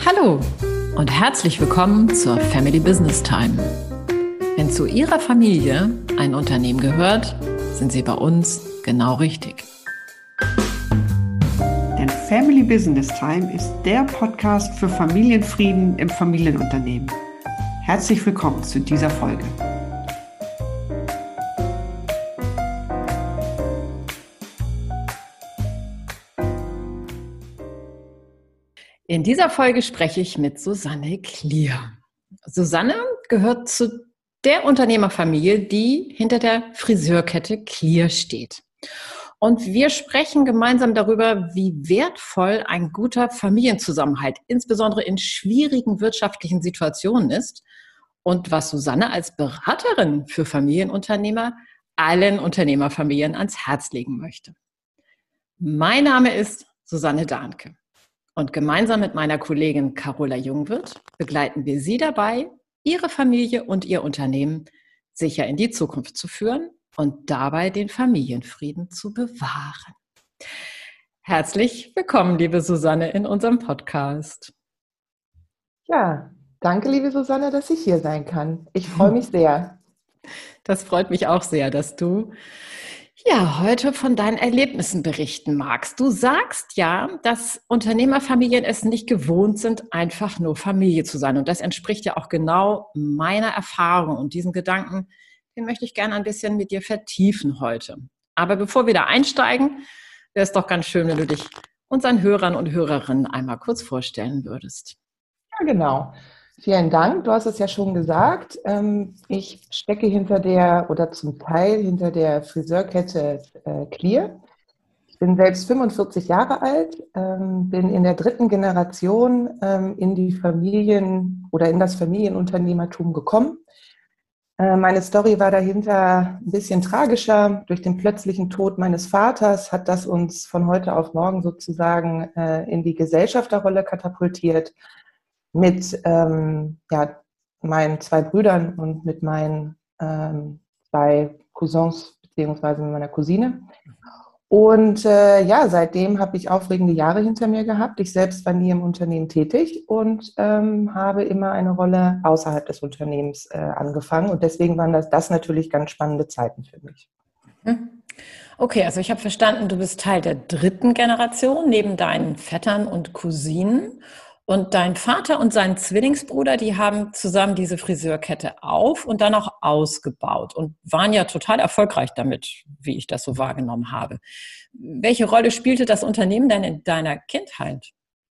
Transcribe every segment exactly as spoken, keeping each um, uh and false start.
Hallo und herzlich willkommen zur Family Business Time. Wenn zu Ihrer Familie ein Unternehmen gehört, sind Sie bei uns genau richtig. Denn Family Business Time ist der Podcast für Familienfrieden im Familienunternehmen. Herzlich willkommen zu dieser Folge. In dieser Folge spreche ich mit Susanne Klier. Susanne gehört zu der Unternehmerfamilie, die hinter der Friseurkette Klier steht. Und wir sprechen gemeinsam darüber, wie wertvoll ein guter Familienzusammenhalt, insbesondere in schwierigen wirtschaftlichen Situationen ist und was Susanne als Beraterin für Familienunternehmer allen Unternehmerfamilien ans Herz legen möchte. Mein Name ist Susanne Dahnke. Und gemeinsam mit meiner Kollegin Carola Jungwirth begleiten wir Sie dabei, Ihre Familie und Ihr Unternehmen sicher in die Zukunft zu führen und dabei den Familienfrieden zu bewahren. Herzlich willkommen, liebe Susanne, in unserem Podcast. Ja, danke, liebe Susanne, dass ich hier sein kann. Ich freue mich sehr. Das freut mich auch sehr, dass du ja heute von deinen Erlebnissen berichten magst. Du sagst ja, dass Unternehmerfamilien es nicht gewohnt sind, einfach nur Familie zu sein. Und das entspricht ja auch genau meiner Erfahrung. Und diesen Gedanken, den möchte ich gerne ein bisschen mit dir vertiefen heute. Aber bevor wir da einsteigen, wäre es doch ganz schön, wenn du dich unseren Hörern und Hörerinnen einmal kurz vorstellen würdest. Ja, genau. Vielen Dank. Du hast es ja schon gesagt. Ich stecke hinter der oder zum Teil hinter der Friseurkette Klier. Ich bin selbst fünfundvierzig Jahre alt, bin in der dritten Generation in die Familien oder in das Familienunternehmertum gekommen. Meine Story war dahinter ein bisschen tragischer. Durch den plötzlichen Tod meines Vaters hat das uns von heute auf morgen sozusagen in die Gesellschafterrolle katapultiert. Mit ähm, ja, meinen zwei Brüdern und mit meinen ähm, zwei Cousins beziehungsweise mit meiner Cousine. Und äh, ja, seitdem habe ich aufregende Jahre hinter mir gehabt. Ich selbst war nie im Unternehmen tätig und ähm, habe immer eine Rolle außerhalb des Unternehmens äh, angefangen. Und deswegen waren das, das natürlich ganz spannende Zeiten für mich. Okay, also ich habe verstanden, du bist Teil der dritten Generation neben deinen Vettern und Cousinen. Und dein Vater und sein Zwillingsbruder, die haben zusammen diese Friseurkette auf und dann auch ausgebaut und waren ja total erfolgreich damit, wie ich das so wahrgenommen habe. Welche Rolle spielte das Unternehmen denn in deiner Kindheit?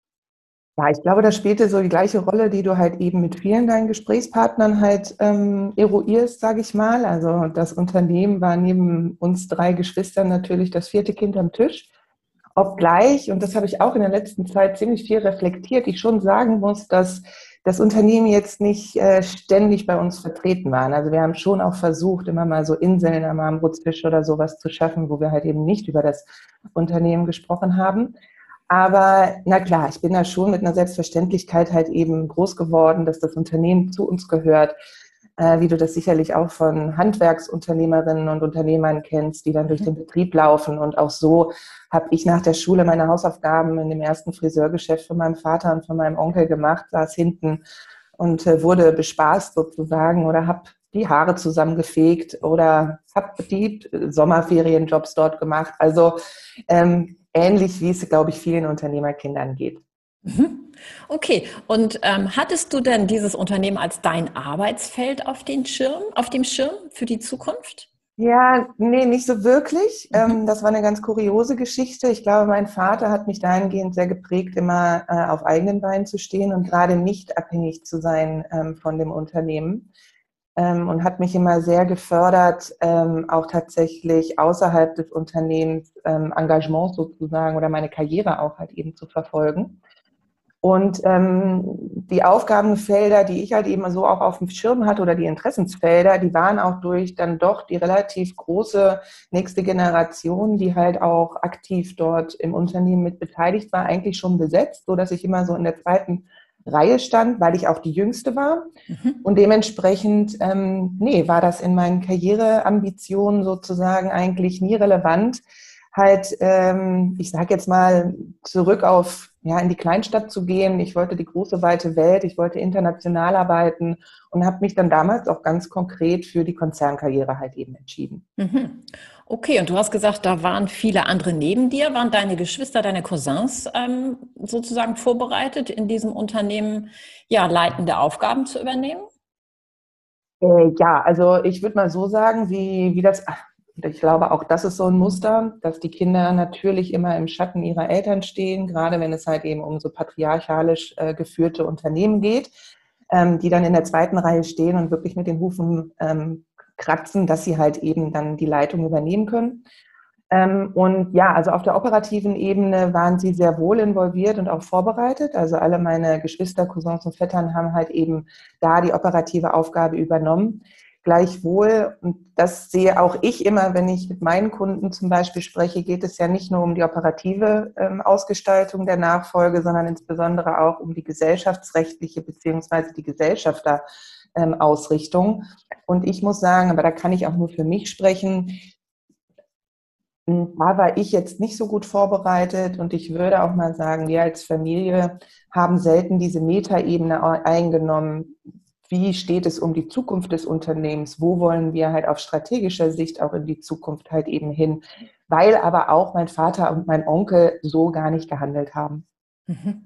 Ja, ich glaube, das spielte so die gleiche Rolle, die du halt eben mit vielen deinen Gesprächspartnern halt ähm, eruierst, sage ich mal. Also das Unternehmen war neben uns drei Geschwistern natürlich das vierte Kind am Tisch. Obgleich, und das habe ich auch in der letzten Zeit ziemlich viel reflektiert, ich schon sagen muss, dass das Unternehmen jetzt nicht äh, ständig bei uns vertreten war. Also wir haben schon auch versucht, immer mal so Inseln am Armbrotstisch oder sowas zu schaffen, wo wir halt eben nicht über das Unternehmen gesprochen haben. Aber na klar, ich bin da schon mit einer Selbstverständlichkeit halt eben groß geworden, dass das Unternehmen zu uns gehört, äh, wie du das sicherlich auch von Handwerksunternehmerinnen und Unternehmern kennst, die dann durch den Betrieb laufen. Und auch so habe ich nach der Schule meine Hausaufgaben in dem ersten Friseurgeschäft von meinem Vater und von meinem Onkel gemacht, saß hinten und äh, wurde bespaßt sozusagen oder habe die Haare zusammengefegt oder habe die Sommerferienjobs dort gemacht. Also ähm, ähnlich, wie es, glaube ich, vielen Unternehmerkindern geht. Okay, und ähm, hattest du denn dieses Unternehmen als dein Arbeitsfeld auf den Schirm, auf dem Schirm für die Zukunft? Ja, nee, nicht so wirklich. Mhm. Ähm, das war eine ganz kuriose Geschichte. Ich glaube, mein Vater hat mich dahingehend sehr geprägt, immer äh, auf eigenen Beinen zu stehen und gerade nicht abhängig zu sein ähm, von dem Unternehmen. Ähm, und hat mich immer sehr gefördert, ähm, auch tatsächlich außerhalb des Unternehmens ähm, Engagement sozusagen oder meine Karriere auch halt eben zu verfolgen. Und ähm, die Aufgabenfelder, die ich halt eben so auch auf dem Schirm hatte oder die Interessensfelder, die waren auch durch dann doch die relativ große nächste Generation, die halt auch aktiv dort im Unternehmen mit beteiligt war, eigentlich schon besetzt, so dass ich immer so in der zweiten Reihe stand, weil ich auch die Jüngste war. Mhm. Und dementsprechend, ähm, nee, war das in meinen Karriereambitionen sozusagen eigentlich nie relevant, halt, ähm, ich sage jetzt mal, zurück auf, ja, in die Kleinstadt zu gehen. Ich wollte die große, weite Welt, ich wollte international arbeiten und habe mich dann damals auch ganz konkret für die Konzernkarriere halt eben entschieden. Mhm. Okay, und du hast gesagt, da waren viele andere neben dir. Waren deine Geschwister, deine Cousins ähm, sozusagen vorbereitet, in diesem Unternehmen ja leitende Aufgaben zu übernehmen? Äh, ja, also ich würde mal so sagen, wie, wie das, ich glaube auch das ist so ein Muster, dass die Kinder natürlich immer im Schatten ihrer Eltern stehen, gerade wenn es halt eben um so patriarchalisch äh, geführte Unternehmen geht, ähm, die dann in der zweiten Reihe stehen und wirklich mit den Hufen ähm, kratzen, dass sie halt eben dann die Leitung übernehmen können. Ähm, und ja, also auf der operativen Ebene waren sie sehr wohl involviert und auch vorbereitet. Also alle meine Geschwister, Cousins und Vettern haben halt eben da die operative Aufgabe übernommen. Gleichwohl, und das sehe auch ich immer, wenn ich mit meinen Kunden zum Beispiel spreche, geht es ja nicht nur um die operative ähm, Ausgestaltung der Nachfolge, sondern insbesondere auch um die gesellschaftsrechtliche beziehungsweise die Gesellschafterausrichtung. Und ich muss sagen, aber da kann ich auch nur für mich sprechen, da war ich jetzt nicht so gut vorbereitet und ich würde auch mal sagen, wir als Familie haben selten diese Metaebene eingenommen. Wie steht es um die Zukunft des Unternehmens? Wo wollen wir halt auf strategischer Sicht auch in die Zukunft halt eben hin? Weil aber auch mein Vater und mein Onkel so gar nicht gehandelt haben. Mhm.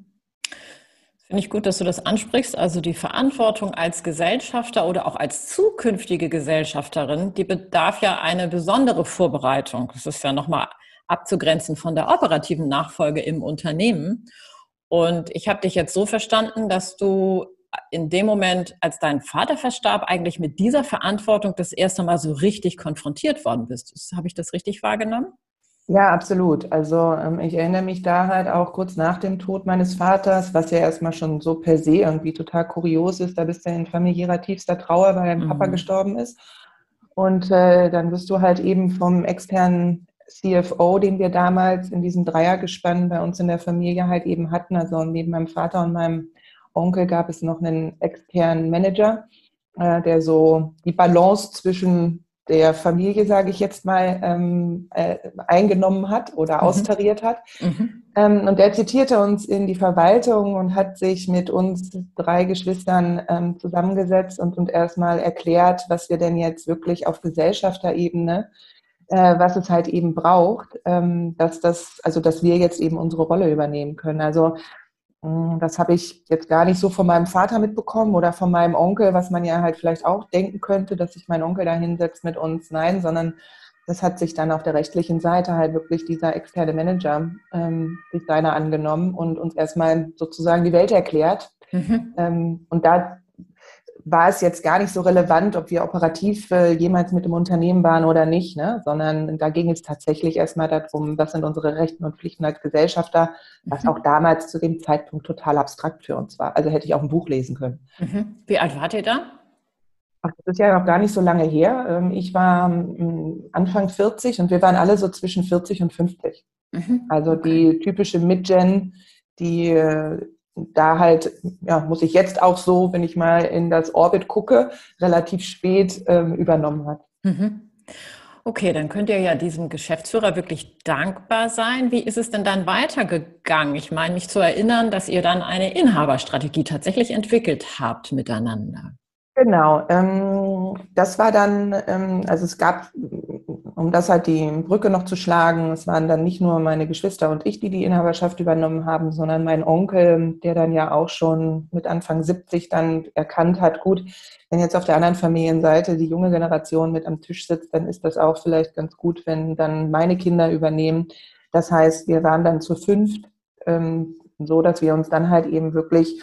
Finde ich gut, dass du das ansprichst. Also die Verantwortung als Gesellschafter oder auch als zukünftige Gesellschafterin, die bedarf ja eine besondere Vorbereitung. Das ist ja nochmal abzugrenzen von der operativen Nachfolge im Unternehmen. Und ich habe dich jetzt so verstanden, dass du in dem Moment, als dein Vater verstarb, eigentlich mit dieser Verantwortung das erste Mal so richtig konfrontiert worden bist. Habe ich das richtig wahrgenommen? Ja, absolut. Also ähm, ich erinnere mich da halt auch kurz nach dem Tod meines Vaters, was ja erstmal schon so per se irgendwie total kurios ist. Da bist du in familiärer tiefster Trauer, weil dein Papa Mhm. gestorben ist. Und äh, dann wirst du halt eben vom externen C F O, den wir damals in diesem Dreiergespann bei uns in der Familie halt eben hatten, also neben meinem Vater und meinem Onkel gab es noch einen externen Manager, äh, der so die Balance zwischen der Familie, sage ich jetzt mal, ähm, äh, eingenommen hat oder Mhm. austariert hat. Mhm. Ähm, und der zitierte uns in die Verwaltung und hat sich mit uns drei Geschwistern ähm, zusammengesetzt und uns erstmal erklärt, was wir denn jetzt wirklich auf Gesellschafterebene, äh, was es halt eben braucht, ähm, dass das, also dass wir jetzt eben unsere Rolle übernehmen können. Also mh, das habe ich jetzt gar nicht so von meinem Vater mitbekommen oder von meinem Onkel, was man ja halt vielleicht auch denken könnte, dass sich mein Onkel da hinsetzt mit uns. Nein, sondern das hat sich dann auf der rechtlichen Seite halt wirklich dieser externe Manager ähm, sich seiner angenommen und uns erstmal sozusagen die Welt erklärt. Mhm. Ähm, und da war es jetzt gar nicht so relevant, ob wir operativ äh, jemals mit dem Unternehmen waren oder nicht, ne? Sondern da ging es tatsächlich erstmal darum, was sind unsere Rechte und Pflichten als Gesellschafter, was auch Mhm. damals zu dem Zeitpunkt total abstrakt für uns war. Also hätte ich auch ein Buch lesen können. Mhm. Wie alt wart ihr da? Ach, das ist ja noch gar nicht so lange her. Ähm, Ich war ähm, Anfang vierzig und wir waren alle so zwischen vierzig und fünfzig. Mhm. Also Okay. die typische Mid-Gen, die äh, da halt, ja, muss ich jetzt auch so, wenn ich mal in das Orbit gucke, relativ spät ähm, übernommen hat. Mhm. Okay, dann könnt ihr ja diesem Geschäftsführer wirklich dankbar sein. Wie ist es denn dann weitergegangen? Ich meine, mich zu erinnern, dass ihr dann eine Inhaberstrategie tatsächlich entwickelt habt miteinander. Genau, ähm, das war dann, ähm, also es gab, um das halt die Brücke noch zu schlagen, es waren dann nicht nur meine Geschwister und ich, die die Inhaberschaft übernommen haben, sondern mein Onkel, der dann ja auch schon mit Anfang siebzig dann erkannt hat, gut, wenn jetzt auf der anderen Familienseite die junge Generation mit am Tisch sitzt, dann ist das auch vielleicht ganz gut, wenn dann meine Kinder übernehmen. Das heißt, wir waren dann zu fünft, ähm, so dass wir uns dann halt eben wirklich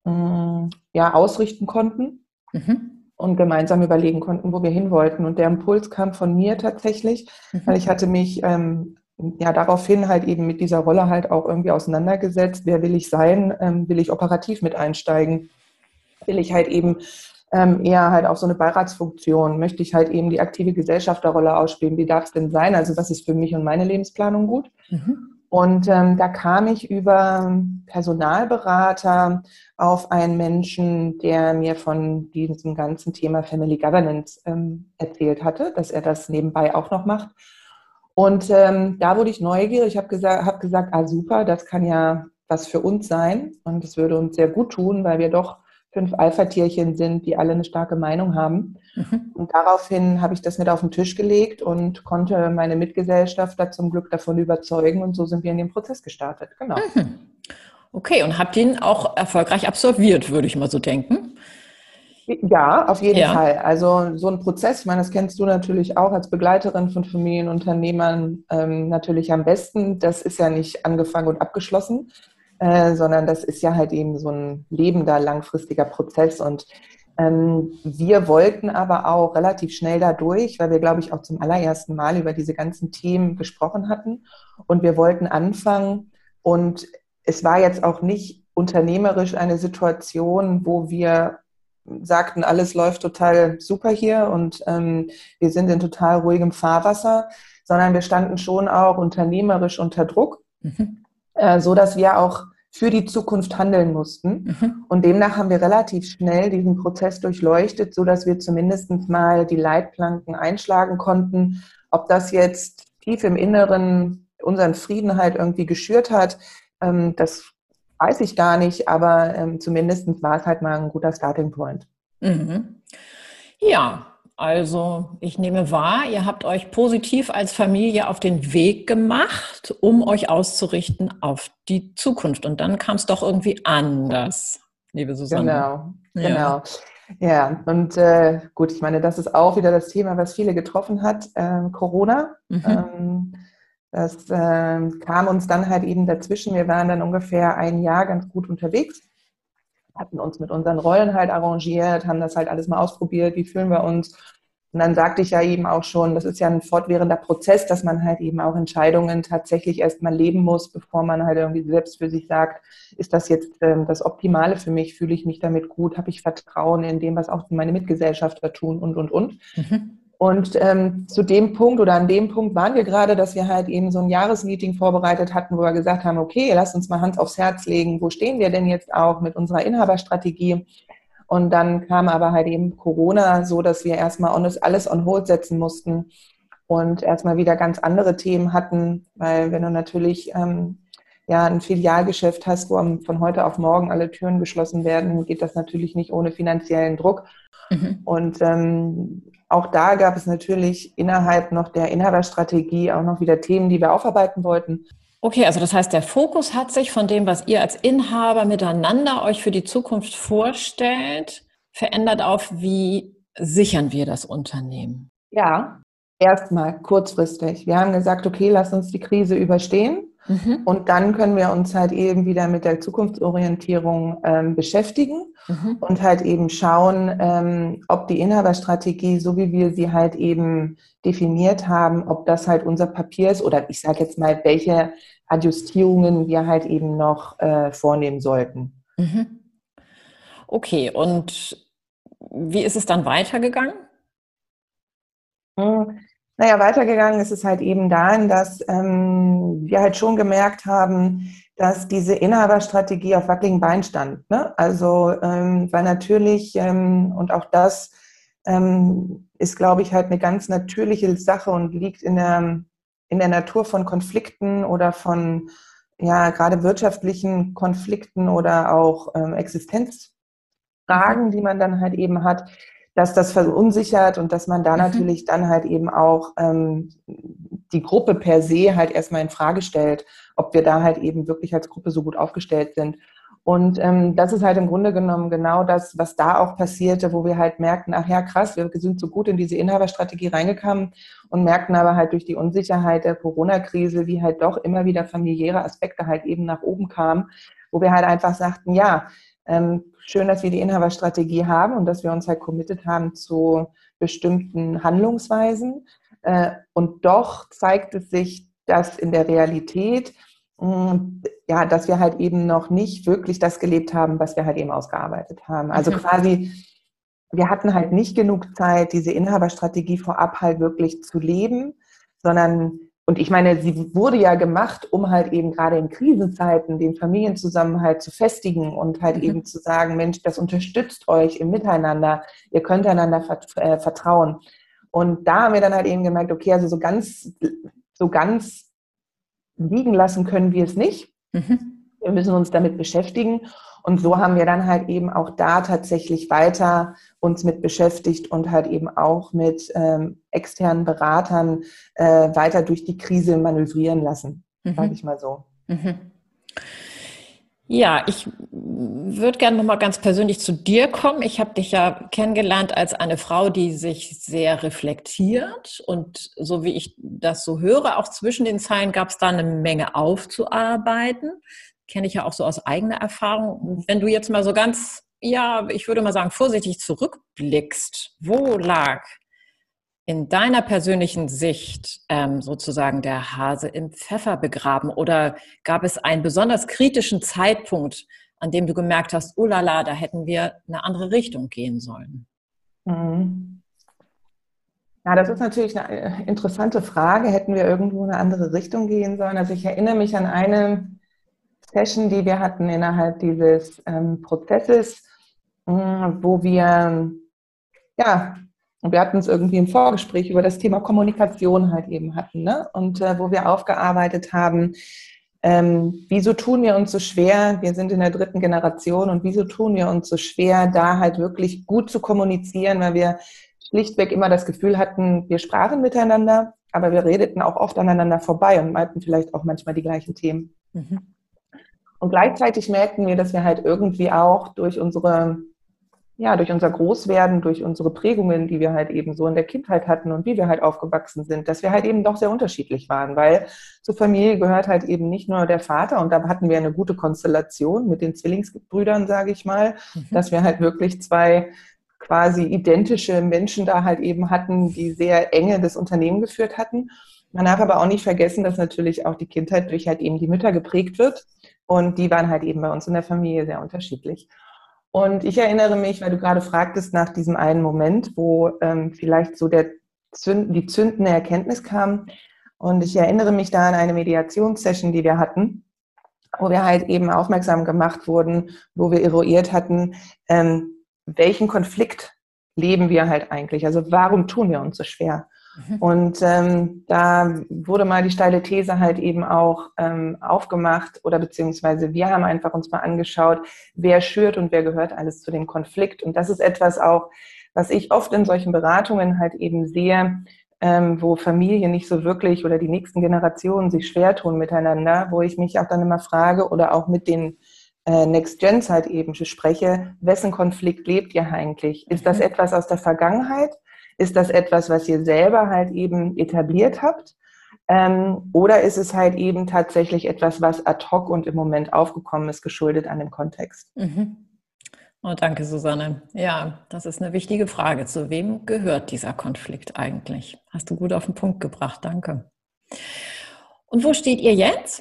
mh, ja, ausrichten konnten Mhm. und gemeinsam überlegen konnten, wo wir hin wollten. Und der Impuls kam von mir tatsächlich, weil ich Mhm. hatte mich ähm, ja daraufhin halt eben mit dieser Rolle halt auch irgendwie auseinandergesetzt. Wer will ich sein? Ähm, will ich operativ mit einsteigen? Will ich halt eben ähm, eher halt auf so eine Beiratsfunktion? Möchte ich halt eben die aktive Gesellschafterrolle ausspielen? Wie darf es denn sein? Also was ist für mich und meine Lebensplanung gut? Mhm. Und ähm, da kam ich über Personalberater auf einen Menschen, der mir von diesem ganzen Thema Family Governance ähm, erzählt hatte, dass er das nebenbei auch noch macht. Und ähm, da wurde ich neugierig. Ich habe gesagt, hab gesagt, ah super, das kann ja was für uns sein. Und es würde uns sehr gut tun, weil wir doch fünf Alpha-Tierchen sind, die alle eine starke Meinung haben. Mhm. Und daraufhin habe ich das mit auf den Tisch gelegt und konnte meine Mitgesellschafter zum Glück davon überzeugen. Und so sind wir in den Prozess gestartet. Genau. Mhm. Okay, und habt ihn auch erfolgreich absolviert, würde ich mal so denken. Ja, auf jeden Ja. Fall. Also so ein Prozess, ich meine, das kennst du natürlich auch als Begleiterin von Familienunternehmern ähm, natürlich am besten. Das ist ja nicht angefangen und abgeschlossen, äh, sondern das ist ja halt eben so ein lebender, langfristiger Prozess. Und ähm, wir wollten aber auch relativ schnell dadurch, weil wir, glaube ich, auch zum allerersten Mal über diese ganzen Themen gesprochen hatten. Und wir wollten anfangen. Und es war jetzt auch nicht unternehmerisch eine Situation, wo wir sagten, alles läuft total super hier und ähm, wir sind in total ruhigem Fahrwasser, sondern wir standen schon auch unternehmerisch unter Druck, Mhm. äh, so dass wir auch für die Zukunft handeln mussten. Mhm. Und demnach haben wir relativ schnell diesen Prozess durchleuchtet, so dass wir zumindest mal die Leitplanken einschlagen konnten. Ob das jetzt tief im Inneren unseren Frieden halt irgendwie geschürt hat, ähm, das weiß ich gar nicht, aber ähm, zumindest war es halt mal ein guter Starting Point. Mhm. Ja, also ich nehme wahr, ihr habt euch positiv als Familie auf den Weg gemacht, um euch auszurichten auf die Zukunft. Und dann kam es doch irgendwie anders, liebe Susanne. Genau, Ja. genau. Ja, und äh, gut, ich meine, das ist auch wieder das Thema, was viele getroffen hat, äh, Corona. Mhm. Ähm, das äh, kam uns dann halt eben dazwischen. Wir waren dann ungefähr ein Jahr ganz gut unterwegs, hatten uns mit unseren Rollen halt arrangiert, haben das halt alles mal ausprobiert, wie fühlen wir uns. Und dann sagte ich ja eben auch schon, das ist ja ein fortwährender Prozess, dass man halt eben auch Entscheidungen tatsächlich erstmal leben muss, bevor man halt irgendwie selbst für sich sagt, ist das jetzt ähm, das Optimale für mich, fühle ich mich damit gut, habe ich Vertrauen in dem, was auch meine Mitgesellschafter tun und, und, und. Mhm. Und ähm, zu dem Punkt oder an dem Punkt waren wir gerade, dass wir halt eben so ein Jahresmeeting vorbereitet hatten, wo wir gesagt haben, okay, lasst uns mal Hand aufs Herz legen, wo stehen wir denn jetzt auch mit unserer Inhaberstrategie? Und dann kam aber halt eben Corona, so dass wir erstmal alles on hold setzen mussten und erstmal wieder ganz andere Themen hatten, weil wenn du natürlich ähm, ja ein Filialgeschäft hast, wo von heute auf morgen alle Türen geschlossen werden, geht das natürlich nicht ohne finanziellen Druck. Mhm. Und ähm, auch da gab es natürlich innerhalb noch der Inhaberstrategie auch noch wieder Themen, die wir aufarbeiten wollten. Okay, also das heißt, der Fokus hat sich von dem, was ihr als Inhaber miteinander euch für die Zukunft vorstellt, verändert auf, wie sichern wir das Unternehmen? Ja, erstmal kurzfristig. Wir haben gesagt, okay, lass uns die Krise überstehen. Mhm. Und dann können wir uns halt eben wieder mit der Zukunftsorientierung ähm, beschäftigen Mhm. und halt eben schauen, ähm, ob die Inhaberstrategie, so wie wir sie halt eben definiert haben, ob das halt unser Papier ist oder ich sage jetzt mal, welche Adjustierungen wir halt eben noch äh, vornehmen sollten. Mhm. Okay, und wie ist es dann weitergegangen? Hm. Naja, weitergegangen ist es halt eben dahin, dass ähm, wir halt schon gemerkt haben, dass diese Inhaberstrategie auf wackeligen Beinen stand. Ne? Also, ähm, weil natürlich, ähm, und auch das ähm, ist, glaube ich, halt eine ganz natürliche Sache und liegt in der, in der Natur von Konflikten oder von, ja, gerade wirtschaftlichen Konflikten oder auch ähm, Existenzfragen, die man dann halt eben hat, dass das verunsichert und dass man da Mhm. natürlich dann halt eben auch ähm, die Gruppe per se halt erstmal in Frage stellt, ob wir da halt eben wirklich als Gruppe so gut aufgestellt sind. Und ähm, das ist halt im Grunde genommen genau das, was da auch passierte, wo wir halt merkten, ach ja, krass, wir sind so gut in diese Inhaberstrategie reingekommen und merkten aber halt durch die Unsicherheit der Corona-Krise, wie halt doch immer wieder familiäre Aspekte halt eben nach oben kamen, wo wir halt einfach sagten, ja, ähm, schön, dass wir die Inhaberstrategie haben und dass wir uns halt committed haben zu bestimmten Handlungsweisen. Äh, und doch zeigt es sich, dass in der Realität, mh, ja, dass wir halt eben noch nicht wirklich das gelebt haben, was wir halt eben ausgearbeitet haben. Also Mhm. quasi, wir hatten halt nicht genug Zeit, diese Inhaberstrategie vorab halt wirklich zu leben, sondern und ich meine, sie wurde ja gemacht, um halt eben gerade in Krisenzeiten den Familienzusammenhalt zu festigen und halt Mhm. eben zu sagen, Mensch, das unterstützt euch im Miteinander, ihr könnt einander vert- äh, vertrauen. Und da haben wir dann halt eben gemerkt, okay, also so ganz so ganz liegen lassen können wir es nicht. Mhm. Wir müssen uns damit beschäftigen. Und so haben wir dann halt eben auch da tatsächlich weiter uns mit beschäftigt und halt eben auch mit ähm, externen Beratern äh, weiter durch die Krise manövrieren lassen, Mhm. sage ich mal so. Mhm. Ja, ich würde gerne noch mal ganz persönlich zu dir kommen. Ich habe dich ja kennengelernt als eine Frau, die sich sehr reflektiert. Und so wie ich das so höre, auch zwischen den Zeilen gab es da eine Menge aufzuarbeiten. Kenne ich ja auch so aus eigener Erfahrung. Und wenn du jetzt mal so ganz, ja, ich würde mal sagen, vorsichtig zurückblickst, wo lag in deiner persönlichen Sicht ähm, sozusagen der Hase im Pfeffer begraben? Oder gab es einen besonders kritischen Zeitpunkt, an dem du gemerkt hast, oh la la, da hätten wir eine andere Richtung gehen sollen? Mhm. Ja, das ist natürlich eine interessante Frage. Hätten wir irgendwo eine andere Richtung gehen sollen? Also ich erinnere mich an eine Session, die wir hatten innerhalb dieses ähm, Prozesses, mh, wo wir, ja, und wir hatten es irgendwie im Vorgespräch über das Thema Kommunikation halt eben hatten, ne? Und äh, wo wir aufgearbeitet haben, ähm, wieso tun wir uns so schwer, wir sind in der dritten Generation und wieso tun wir uns so schwer, da halt wirklich gut zu kommunizieren, weil wir schlichtweg immer das Gefühl hatten, wir sprachen miteinander, aber wir redeten auch oft aneinander vorbei und meinten vielleicht auch manchmal die gleichen Themen. Mhm. Und gleichzeitig merkten wir, dass wir halt irgendwie auch durch unsere, ja, durch unser Großwerden, durch unsere Prägungen, die wir halt eben so in der Kindheit hatten und wie wir halt aufgewachsen sind, dass wir halt eben doch sehr unterschiedlich waren, weil zur Familie gehört halt eben nicht nur der Vater und da hatten wir eine gute Konstellation mit den Zwillingsbrüdern, sage ich mal, Mhm. dass wir halt wirklich zwei quasi identische Menschen da halt eben hatten, die sehr enge das Unternehmen geführt hatten. Man darf aber auch nicht vergessen, dass natürlich auch die Kindheit durch halt eben die Mütter geprägt wird. Und die waren halt eben bei uns in der Familie sehr unterschiedlich. Und ich erinnere mich, weil du gerade fragtest nach diesem einen Moment, wo ähm, vielleicht so der Zünd, die zündende Erkenntnis kam. Und ich erinnere mich da an eine Mediationssession, die wir hatten, wo wir halt eben aufmerksam gemacht wurden, wo wir eruiert hatten, ähm, welchen Konflikt leben wir halt eigentlich? Also warum tun wir uns so schwer? Mhm. Und ähm, da wurde mal die steile These halt eben auch ähm, aufgemacht oder beziehungsweise wir haben einfach uns mal angeschaut, wer schürt und wer gehört alles zu dem Konflikt. Und das ist etwas auch, was ich oft in solchen Beratungen halt eben sehe, ähm, wo Familien nicht so wirklich oder die nächsten Generationen sich schwer tun miteinander, wo ich mich auch dann immer frage oder auch mit den äh, Next Gens halt eben spreche, wessen Konflikt lebt ihr eigentlich? Ist das etwas aus der Vergangenheit? Ist das etwas, was ihr selber halt eben etabliert habt? Ähm, oder ist es halt eben tatsächlich etwas, was ad hoc und im Moment aufgekommen ist, geschuldet an dem Kontext? Mhm. Oh, danke, Susanne. Ja, das ist eine wichtige Frage. Zu wem gehört dieser Konflikt eigentlich? Hast du gut auf den Punkt gebracht. Danke. Und wo steht ihr jetzt?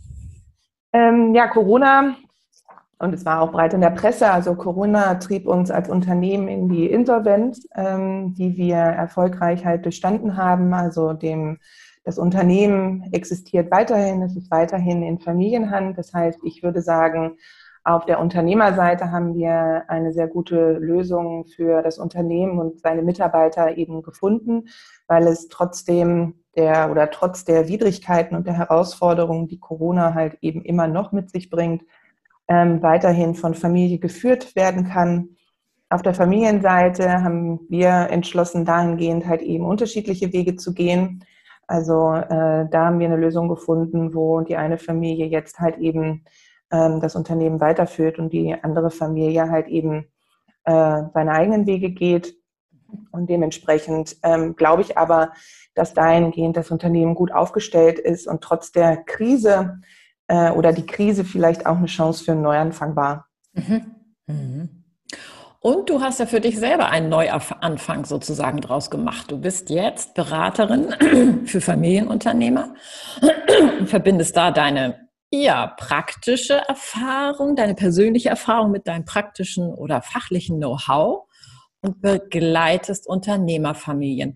Ähm, ja, Corona, und es war auch breit in der Presse, also Corona trieb uns als Unternehmen in die Insolvenz, ähm, die wir erfolgreich halt durchstanden haben. Also dem, das Unternehmen existiert weiterhin, es ist weiterhin in Familienhand. Das heißt, ich würde sagen, auf der Unternehmerseite haben wir eine sehr gute Lösung für das Unternehmen und seine Mitarbeiter eben gefunden, weil es trotzdem der oder trotz der Widrigkeiten und der Herausforderungen, die Corona halt eben immer noch mit sich bringt, ähm, weiterhin von Familie geführt werden kann. Auf der Familienseite haben wir entschlossen, dahingehend halt eben unterschiedliche Wege zu gehen. Also äh, da haben wir eine Lösung gefunden, wo die eine Familie jetzt halt eben ähm, das Unternehmen weiterführt und die andere Familie halt eben äh, seine eigenen Wege geht. Und dementsprechend ähm, glaube ich aber, dass dahingehend das Unternehmen gut aufgestellt ist und trotz der Krise äh, oder die Krise vielleicht auch eine Chance für einen Neuanfang war. Mhm. Mhm. Und du hast ja für dich selber einen Neuanfang sozusagen draus gemacht. Du bist jetzt Beraterin für Familienunternehmer und verbindest da deine ja, praktische Erfahrung, deine persönliche Erfahrung mit deinem praktischen oder fachlichen Know-how und begleitest Unternehmerfamilien.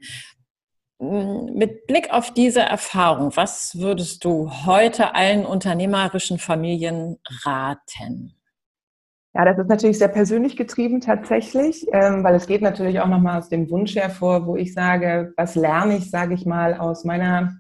Mit Blick auf diese Erfahrung, was würdest du heute allen unternehmerischen Familien raten? Ja, das ist natürlich sehr persönlich getrieben tatsächlich, ähm, weil es geht natürlich auch nochmal aus dem Wunsch hervor, wo ich sage, was lerne ich, sage ich mal, aus meiner,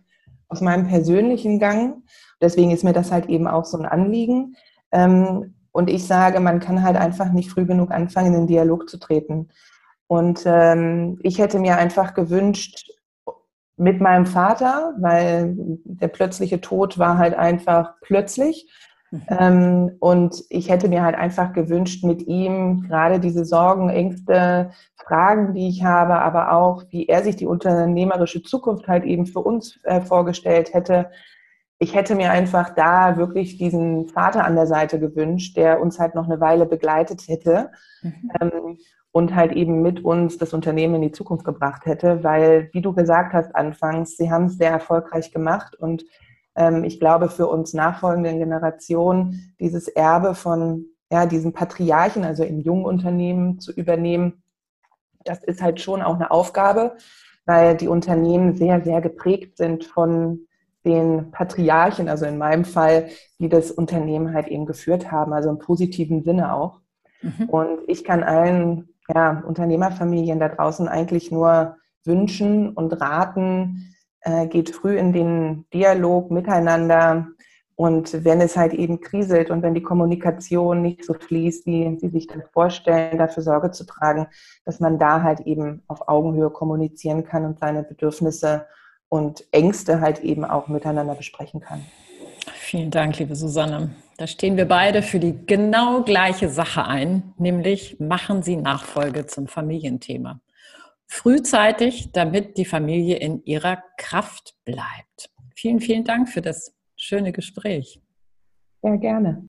aus meinem persönlichen Gang. Deswegen ist mir das halt eben auch so ein Anliegen. Ähm, und ich sage, man kann halt einfach nicht früh genug anfangen, in den Dialog zu treten. Und ähm, ich hätte mir einfach gewünscht, mit meinem Vater, weil der plötzliche Tod war halt einfach plötzlich. Mhm. Ähm, und ich hätte mir halt einfach gewünscht, mit ihm gerade diese Sorgen, Ängste, Fragen, die ich habe, aber auch, wie er sich die unternehmerische Zukunft halt eben für uns äh, vorgestellt hätte. Ich hätte mir einfach da wirklich diesen Vater an der Seite gewünscht, der uns halt noch eine Weile begleitet hätte. Mhm. Ähm, und halt eben mit uns das Unternehmen in die Zukunft gebracht hätte, weil, wie du gesagt hast anfangs, sie haben es sehr erfolgreich gemacht und ähm, ich glaube, für uns nachfolgenden Generationen dieses Erbe von ja, diesen Patriarchen, also in jungen Unternehmen zu übernehmen, das ist halt schon auch eine Aufgabe, weil die Unternehmen sehr, sehr geprägt sind von den Patriarchen, also in meinem Fall, die das Unternehmen halt eben geführt haben, also im positiven Sinne auch. Mhm. Und ich kann allen ja, Unternehmerfamilien da draußen eigentlich nur wünschen und raten, äh, geht früh in den Dialog miteinander und wenn es halt eben kriselt und wenn die Kommunikation nicht so fließt, wie Sie sich das vorstellen, dafür Sorge zu tragen, dass man da halt eben auf Augenhöhe kommunizieren kann und seine Bedürfnisse und Ängste halt eben auch miteinander besprechen kann. Vielen Dank, liebe Susanne. Da stehen wir beide für die genau gleiche Sache ein, nämlich machen Sie Nachfolge zum Familienthema. Frühzeitig, damit die Familie in ihrer Kraft bleibt. Vielen, vielen Dank für das schöne Gespräch. Ja, gerne.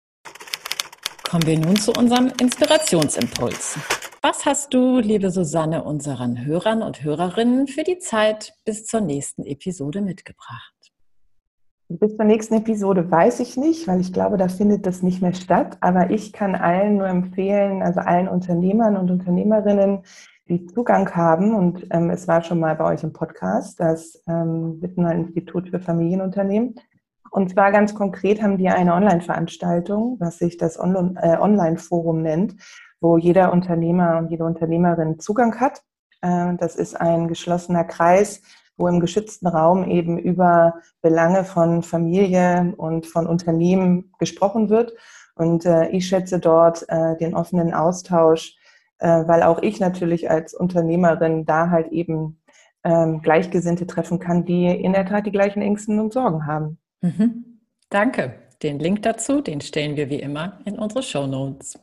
Kommen wir nun zu unserem Inspirationsimpuls. Was hast du, liebe Susanne, unseren Hörern und Hörerinnen für die Zeit bis zur nächsten Episode mitgebracht? Bis zur nächsten Episode weiß ich nicht, weil ich glaube, da findet das nicht mehr statt. Aber ich kann allen nur empfehlen, also allen Unternehmern und Unternehmerinnen, die Zugang haben, und ähm, es war schon mal bei euch im Podcast, das ähm, Wittener Institut für Familienunternehmen. Und zwar ganz konkret haben die eine Online-Veranstaltung, was sich das On- äh, Online-Forum nennt, wo jeder Unternehmer und jede Unternehmerin Zugang hat. Äh, das ist ein geschlossener Kreis, wo im geschützten Raum eben über Belange von Familie und von Unternehmen gesprochen wird. Und äh, ich schätze dort äh, den offenen Austausch, äh, weil auch ich natürlich als Unternehmerin da halt eben ähm, Gleichgesinnte treffen kann, die in der Tat die gleichen Ängste und Sorgen haben. Mhm. Danke. Den Link dazu, den stellen wir wie immer in unsere Shownotes.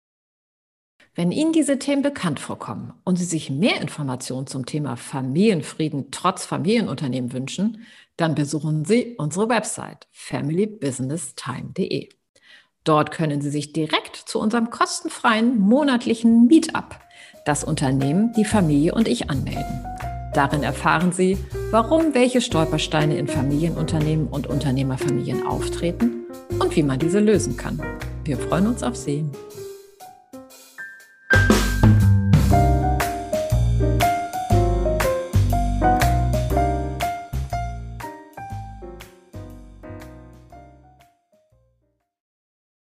Wenn Ihnen diese Themen bekannt vorkommen und Sie sich mehr Informationen zum Thema Familienfrieden trotz Familienunternehmen wünschen, dann besuchen Sie unsere Website family business time punkt de. Dort können Sie sich direkt zu unserem kostenfreien monatlichen Meetup, das Unternehmen, die Familie und ich, anmelden. Darin erfahren Sie, warum welche Stolpersteine in Familienunternehmen und Unternehmerfamilien auftreten und wie man diese lösen kann. Wir freuen uns auf Sie.